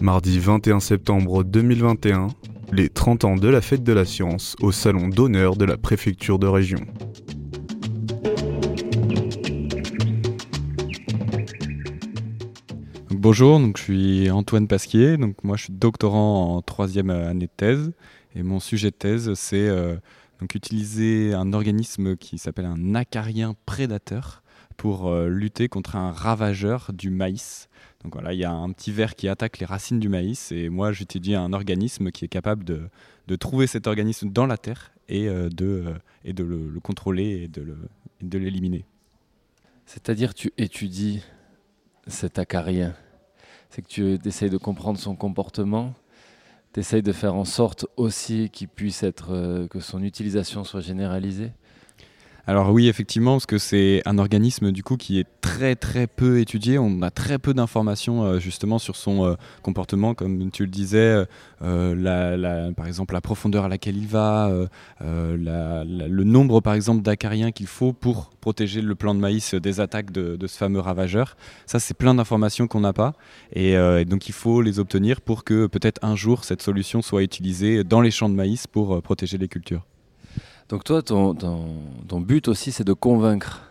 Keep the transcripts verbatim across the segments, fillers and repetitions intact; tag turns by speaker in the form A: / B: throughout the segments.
A: Mardi vingt et un septembre deux mille vingt et un, les trente ans de la fête de la science au salon d'honneur de la préfecture de région.
B: Donc, bonjour, donc je suis Antoine Pasquier, donc moi je suis doctorant en troisième année de thèse et mon sujet de thèse c'est euh, donc utiliser un organisme qui s'appelle un acarien prédateur pour euh, lutter contre un ravageur du maïs. Donc voilà, il y a un petit ver qui attaque les racines du maïs et moi j'étudie un organisme qui est capable de, de trouver cet organisme dans la terre et euh, de, euh, et de le, le contrôler et de, le, et de l'éliminer.
C: C'est-à-dire tu étudies cet acarien, c'est que tu essayes de comprendre son comportement, tu essayes de faire en sorte aussi qu'il puisse être, euh, que son utilisation soit généralisée.
B: Alors oui, effectivement, parce que c'est un organisme du coup qui est très très peu étudié. On a très peu d'informations euh, justement sur son euh, comportement, comme tu le disais, euh, la, la, par exemple la profondeur à laquelle il va, euh, euh, la, la, le nombre par exemple d'acariens qu'il faut pour protéger le plant de maïs des attaques de, de ce fameux ravageur. Ça, c'est plein d'informations qu'on n'a pas, et, euh, et donc il faut les obtenir pour que peut-être un jour cette solution soit utilisée dans les champs de maïs pour euh, protéger les cultures.
C: Donc toi, ton, ton, ton but aussi, c'est de convaincre,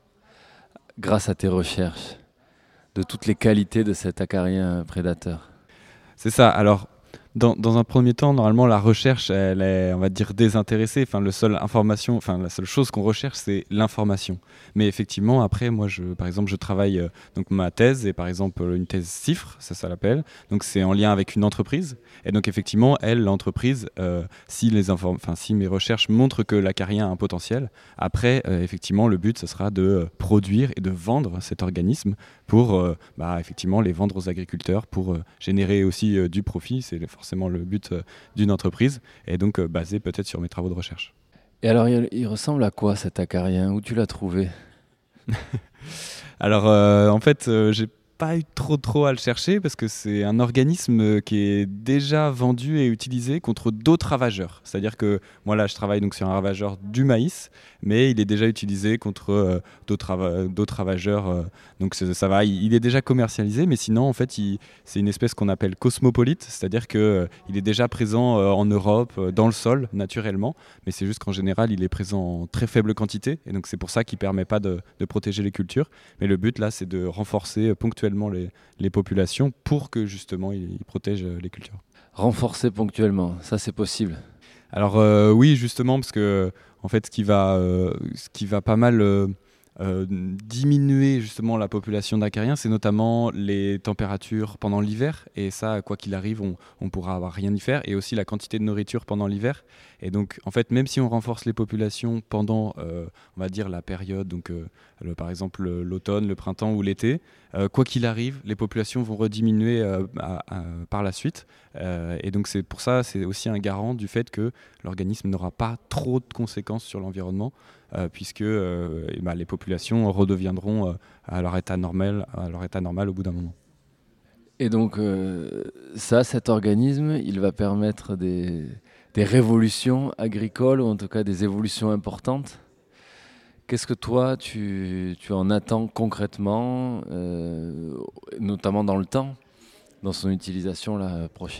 C: grâce à tes recherches, de toutes les qualités de cet acarien prédateur.
B: C'est ça. Alors, dans, dans un premier temps, normalement, la recherche, elle est, on va dire, désintéressée. Enfin, le seul information, enfin, la seule chose qu'on recherche, c'est l'information. Mais effectivement, après, moi, je, par exemple, je travaille euh, donc ma thèse, et par exemple, une thèse CIFRE, ça, ça l'appelle. Donc, c'est en lien avec une entreprise. Et donc, effectivement, elle, l'entreprise, euh, si les inform- enfin, si mes recherches montrent que l'acarien a un potentiel, après, euh, effectivement, le but, ce sera de euh, produire et de vendre cet organisme pour, euh, bah, effectivement, les vendre aux agriculteurs, pour euh, générer aussi euh, du profit. C'est forcément le but euh, d'une entreprise, et donc euh, basé peut-être sur mes travaux de recherche.
C: Et alors, il, il ressemble à quoi cet acarien ? Où tu l'as trouvé ?
B: Alors, euh, en fait, euh, j'ai pas eu trop trop à le chercher parce que c'est un organisme qui est déjà vendu et utilisé contre d'autres ravageurs. C'est-à-dire que moi là je travaille donc sur un ravageur du maïs, mais il est déjà utilisé contre euh, d'autres, rava- d'autres ravageurs. Euh, donc c'est- ça va, il, il est déjà commercialisé, mais sinon en fait il- c'est une espèce qu'on appelle cosmopolite, c'est-à-dire que euh, il est déjà présent euh, en Europe, euh, dans le sol naturellement, mais c'est juste qu'en général il est présent en très faible quantité, et donc c'est pour ça qu'il permet pas de, de protéger les cultures. Mais le but là c'est de renforcer euh, ponctuellement Les, les populations pour que justement ils, ils protègent les cultures.
C: Renforcer ponctuellement, ça c'est possible.
B: Alors euh, oui, justement, parce que en fait ce qui va, euh, ce qui va pas mal euh, euh, diminuer justement la population d'acariens, c'est notamment les températures pendant l'hiver, et ça, quoi qu'il arrive, on ne pourra avoir rien y faire, et aussi la quantité de nourriture pendant l'hiver. Et donc en fait, même si on renforce les populations pendant euh, on va dire la période, donc euh, le, par exemple l'automne, le printemps ou l'été, euh, quoi qu'il arrive, les populations vont rediminuer euh, à, à, par la suite, euh, et donc c'est pour ça, c'est aussi un garant du fait que l'organisme n'aura pas trop de conséquences sur l'environnement, euh, puisque euh, et bah, les populations redeviendront euh, à leur état normal, à leur état normal au bout d'un moment.
C: Et donc euh, ça, cet organisme, il va permettre des, des révolutions agricoles, ou en tout cas des évolutions importantes. Qu'est-ce que toi, tu, tu en attends concrètement, euh, notamment dans le temps, dans son utilisation la prochaine ?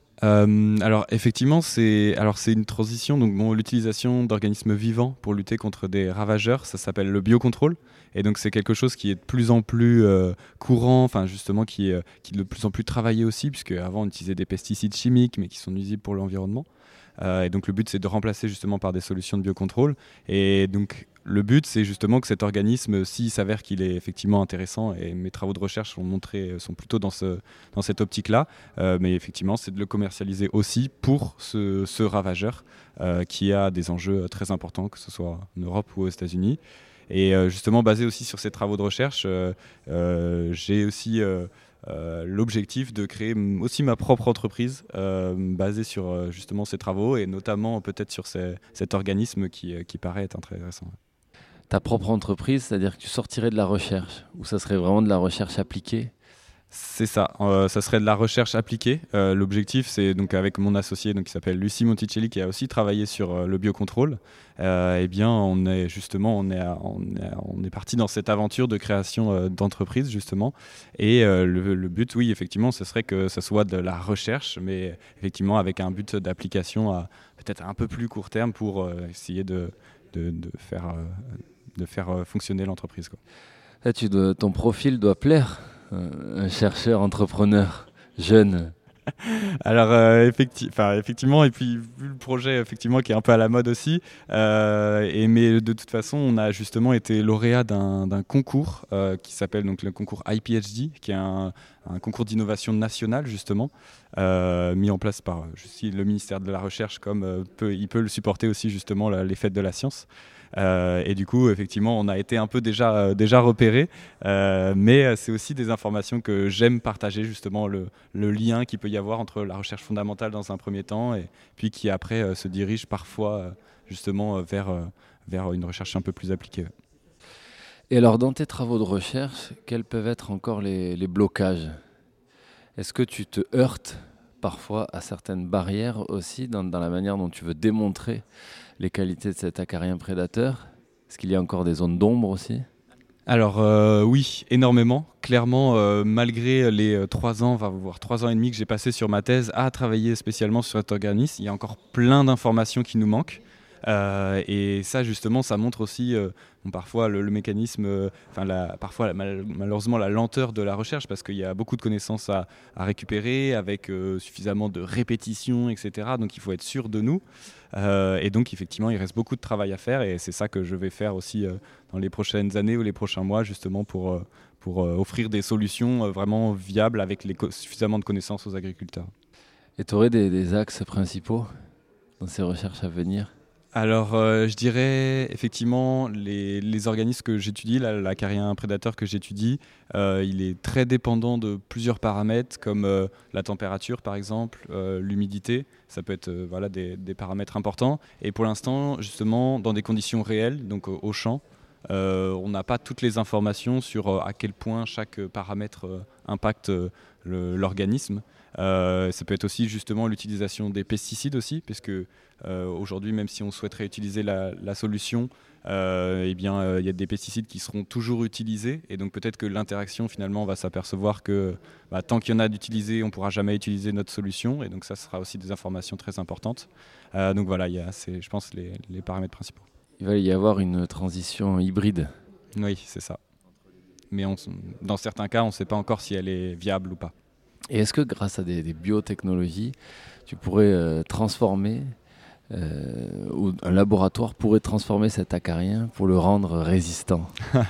B: Euh, alors effectivement, c'est alors c'est une transition. Donc bon, l'utilisation d'organismes vivants pour lutter contre des ravageurs, ça s'appelle le biocontrôle, et donc c'est quelque chose qui est de plus en plus euh, courant, enfin justement qui est qui est de plus en plus travaillé aussi, puisque avant on utilisait des pesticides chimiques, mais qui sont nuisibles pour l'environnement. Euh, et donc le but c'est de remplacer justement par des solutions de biocontrôle. Et donc le but c'est justement que cet organisme, s'il s'avère qu'il est effectivement intéressant, et mes travaux de recherche sont montrés, sont plutôt dans, ce, dans cette optique-là, euh, mais effectivement c'est de le commercialiser aussi pour ce, ce ravageur euh, qui a des enjeux très importants, que ce soit en Europe ou aux États-Unis. Et euh, justement basé aussi sur ces travaux de recherche, euh, euh, j'ai aussi euh, Euh, l'objectif de créer aussi ma propre entreprise euh, basée sur euh, justement ces travaux, et notamment peut-être sur ces, cet organisme qui, qui paraît être intéressant.
C: Ta propre entreprise, c'est-à-dire que tu sortirais de la recherche, ou ça serait vraiment de la recherche appliquée ?
B: C'est ça, euh, ça serait de la recherche appliquée. Euh, l'objectif, c'est donc avec mon associé donc, qui s'appelle Lucie Monticelli, qui a aussi travaillé sur euh, le biocontrôle. Euh, eh bien, on est justement, on est, à, on est, à, on est parti dans cette aventure de création euh, d'entreprise justement. Et euh, le, le but, oui, effectivement, ce serait que ce soit de la recherche, mais effectivement avec un but d'application à peut-être un peu plus court terme pour euh, essayer de, de, de faire, euh, de faire euh, fonctionner l'entreprise, quoi.
C: Là, tu dois, ton profil doit plaire, un chercheur entrepreneur jeune.
B: Alors euh, effecti- effectivement, et puis vu le projet effectivement qui est un peu à la mode aussi, euh, et mais de toute façon on a justement été lauréat d'un, d'un concours euh, qui s'appelle donc le concours I P H D, qui est un, un concours d'innovation nationale justement, euh, mis en place par je sais, le ministère de la Recherche, comme euh, peut, il peut le supporter aussi justement la, les fêtes de la science. Euh, et du coup, effectivement, on a été un peu déjà, euh, déjà repérés, euh, mais c'est aussi des informations que j'aime partager, justement, le, le lien qu'il peut y avoir entre la recherche fondamentale dans un premier temps, et puis qui après euh, se dirige parfois euh, justement euh, vers, euh, vers une recherche un peu plus appliquée.
C: Et alors, dans tes travaux de recherche, quels peuvent être encore les, les blocages ? Est-ce que tu te heurtes parfois à certaines barrières aussi dans, dans la manière dont tu veux démontrer les qualités de cet acarien prédateur ? Est-ce qu'il y a encore des zones d'ombre aussi ?
B: Alors euh, oui, énormément. Clairement, euh, malgré les euh, trois ans, voire trois ans et demi que j'ai passé sur ma thèse à travailler spécialement sur cet organisme, il y a encore plein d'informations qui nous manquent. Euh, et ça, justement, ça montre aussi euh, bon, parfois le, le mécanisme, enfin euh, parfois la, mal, malheureusement la lenteur de la recherche, parce qu'il y a beaucoup de connaissances à, à récupérer avec euh, suffisamment de répétitions, et cetera. Donc il faut être sûr de nous. Euh, et donc effectivement, il reste beaucoup de travail à faire, et c'est ça que je vais faire aussi euh, dans les prochaines années ou les prochains mois, justement pour, euh, pour euh, offrir des solutions euh, vraiment viables avec les co- suffisamment de connaissances aux agriculteurs.
C: Et tu aurais des, des axes principaux dans ces recherches à venir ?
B: Alors, euh, je dirais effectivement les, les organismes que j'étudie, là, l'acarien prédateur que j'étudie, euh, il est très dépendant de plusieurs paramètres comme euh, la température par exemple, euh, l'humidité, ça peut être euh, voilà, des, des paramètres importants. Et pour l'instant, justement, dans des conditions réelles, donc euh, au champ, euh, on n'a pas toutes les informations sur euh, à quel point chaque paramètre euh, impacte euh, le, l'organisme. Euh, ça peut être aussi justement l'utilisation des pesticides aussi, puisque euh, aujourd'hui, même si on souhaiterait utiliser la, la solution, euh, eh bien, euh, il y a des pesticides qui seront toujours utilisés, et donc peut-être que l'interaction finalement on va s'apercevoir que bah, tant qu'il y en a d'utilisés, on ne pourra jamais utiliser notre solution, et donc ça sera aussi des informations très importantes. Euh, donc voilà, il y a, c'est, je pense, les, les paramètres principaux.
C: Il va y avoir une transition hybride.
B: Oui, c'est ça. Mais on, dans certains cas, on ne sait pas encore si elle est viable ou pas.
C: Et est-ce que grâce à des, des biotechnologies, tu pourrais euh, transformer, euh, ou un laboratoire pourrait transformer cet acarien pour le rendre résistant,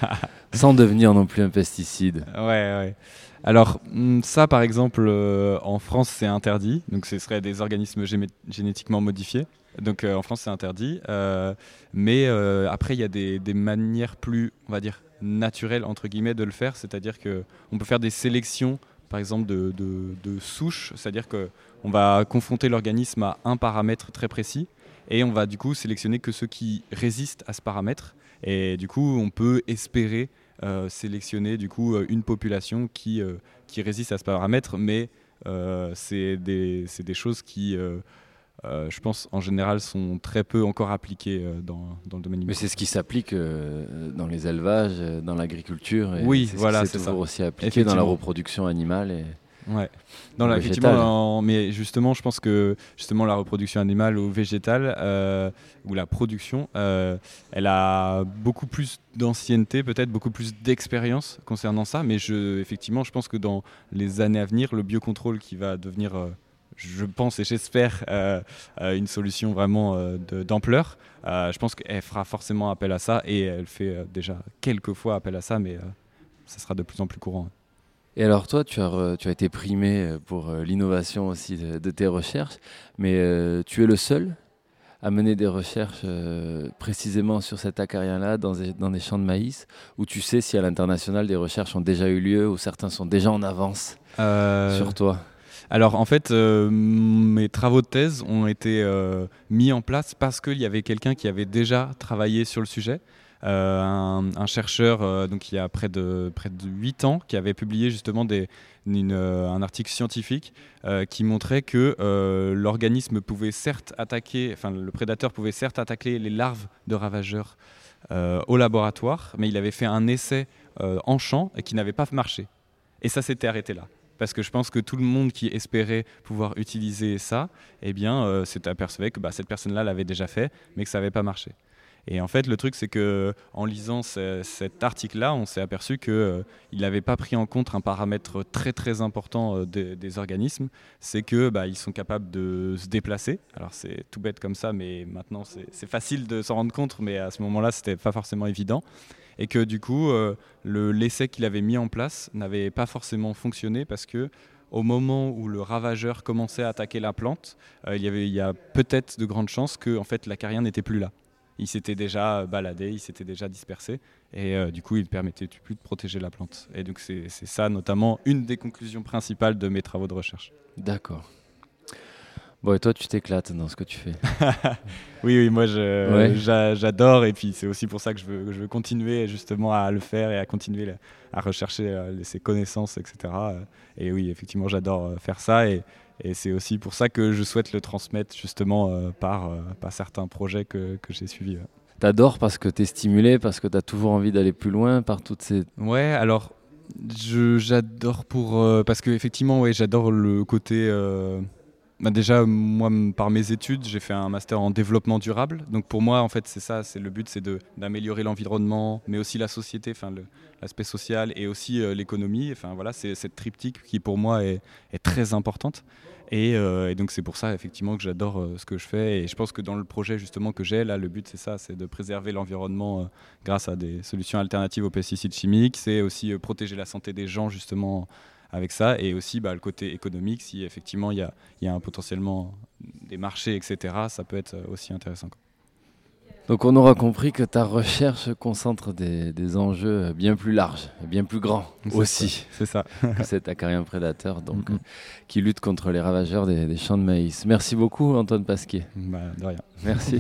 C: sans devenir non plus un pesticide ?
B: Ouais, ouais. Alors ça, par exemple, euh, en France, c'est interdit. Donc ce serait des organismes gé- génétiquement modifiés. Donc euh, en France, c'est interdit. Euh, mais euh, après, il y a des, des manières plus, on va dire, naturelles, entre guillemets, de le faire. C'est-à-dire qu'on peut faire des sélections, par exemple, de, de, de souches. C'est-à-dire qu'on va confronter l'organisme à un paramètre très précis. Et on va du coup sélectionner que ceux qui résistent à ce paramètre. Et du coup, on peut espérer Euh, sélectionner du coup euh, une population qui, euh, qui résiste à ce paramètre, mais euh, c'est, des, c'est des choses qui, euh, euh, je pense, en général, sont très peu encore appliquées euh, dans, dans le domaine.
C: Mais c'est ce qui s'applique euh, dans les élevages, euh, dans l'agriculture, et
B: oui,
C: c'est
B: voilà,
C: ce qui s'est
B: c'est
C: toujours
B: ça.
C: aussi appliqué dans la reproduction animale. Et...
B: Ouais. Dans la, effectivement, en, mais justement, je pense que justement la reproduction animale ou végétale euh, ou la production, euh, elle a beaucoup plus d'ancienneté, peut-être beaucoup plus d'expérience concernant ça. Mais je, effectivement, je pense que dans les années à venir, le biocontrôle qui va devenir, euh, je pense et j'espère, euh, euh, une solution vraiment euh, de, d'ampleur. Euh, je pense qu'elle fera forcément appel à ça, et elle fait euh, déjà quelques fois appel à ça, mais euh, ça sera de plus en plus courant.
C: Et alors toi, tu as, tu as été primé pour l'innovation aussi de, de tes recherches, mais euh, tu es le seul à mener des recherches euh, précisément sur cet acarien-là dans des, dans des champs de maïs, où tu sais si à l'international des recherches ont déjà eu lieu, ou certains sont déjà en avance euh... sur toi ?
B: Alors en fait, euh, mes travaux de thèse ont été euh, mis en place parce qu'il y avait quelqu'un qui avait déjà travaillé sur le sujet. euh, un, un chercheur euh, donc il y a près de près de huit ans qui avait publié justement des, une, euh, un article scientifique euh, qui montrait que euh, l'organisme pouvait certes attaquer, enfin le prédateur pouvait certes attaquer les larves de ravageurs euh, au laboratoire, mais il avait fait un essai euh, en champ et qui n'avait pas marché. Et ça s'était arrêté là. Parce que je pense que tout le monde qui espérait pouvoir utiliser ça, eh bien, euh, s'est aperçu que bah, cette personne-là l'avait déjà fait, mais que ça n'avait pas marché. Et en fait, le truc, c'est qu'en lisant ce, cet article-là, on s'est aperçu qu'il euh, n'avait pas pris en compte un paramètre très très important euh, des, des organismes, c'est qu'ils bah, sont capables de se déplacer. Alors c'est tout bête comme ça, mais maintenant c'est, c'est facile de s'en rendre compte, mais à ce moment-là, c'était pas forcément évident. Et que du coup, euh, le, l'essai qu'il avait mis en place n'avait pas forcément fonctionné parce que au moment où le ravageur commençait à attaquer la plante, euh, il y avait, il y a peut-être de grandes chances que en fait, l'acarien n'était plus là. Il s'était déjà baladé, il s'était déjà dispersé et euh, du coup, il ne permettait plus de protéger la plante. Et donc, c'est, c'est ça notamment une des conclusions principales de mes travaux de recherche.
C: D'accord. Bon, et toi, tu t'éclates dans ce que tu fais.
B: Oui, oui, moi, je,
C: Ouais.
B: j'a, j'adore. Et puis, c'est aussi pour ça que je veux, je veux continuer justement à le faire et à continuer le, à rechercher euh, ces connaissances, et cetera. Et oui, effectivement, j'adore euh, faire ça. Et, et c'est aussi pour ça que je souhaite le transmettre justement euh, par, euh, par certains projets que, que j'ai suivis. Ouais.
C: T'adores parce que t'es stimulé, parce que t'as toujours envie d'aller plus loin par toutes ces...
B: Ouais, alors, je, j'adore pour... Euh, parce qu'effectivement, ouais, j'adore le côté... Euh, Bah déjà, moi, m- par mes études, j'ai fait un master en développement durable. Donc pour moi, en fait, c'est ça. C'est le but, c'est de, d'améliorer l'environnement, mais aussi la société, enfin le- l'aspect social et aussi euh, l'économie. Enfin voilà, c'est cette triptyque qui pour moi est, est très importante. Et, euh, et donc c'est pour ça effectivement que j'adore euh, ce que je fais. Et je pense que dans le projet justement que j'ai là, le but c'est ça, c'est de préserver l'environnement euh, grâce à des solutions alternatives aux pesticides chimiques. C'est aussi euh, protéger la santé des gens justement avec ça, et aussi bah, le côté économique, si effectivement il y a, y a un, potentiellement des marchés, et cetera, ça peut être aussi intéressant.
C: Donc on aura compris que ta recherche concentre des, des enjeux bien plus larges, et bien plus grands
B: C'est
C: aussi
B: ça, c'est ça.
C: que cet acarien prédateur donc,
B: Mm-hmm.
C: euh, qui lutte contre les ravageurs des, des champs de maïs. Merci beaucoup Antoine Pasquier.
B: Bah, de rien.
C: Merci.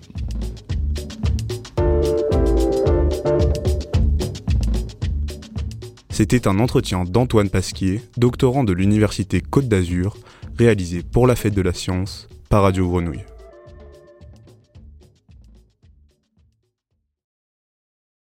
A: C'était un entretien d'Antoine Pasquier, doctorant de l'Université Côte d'Azur, réalisé pour la Fête de la Science par Radio Grenouille.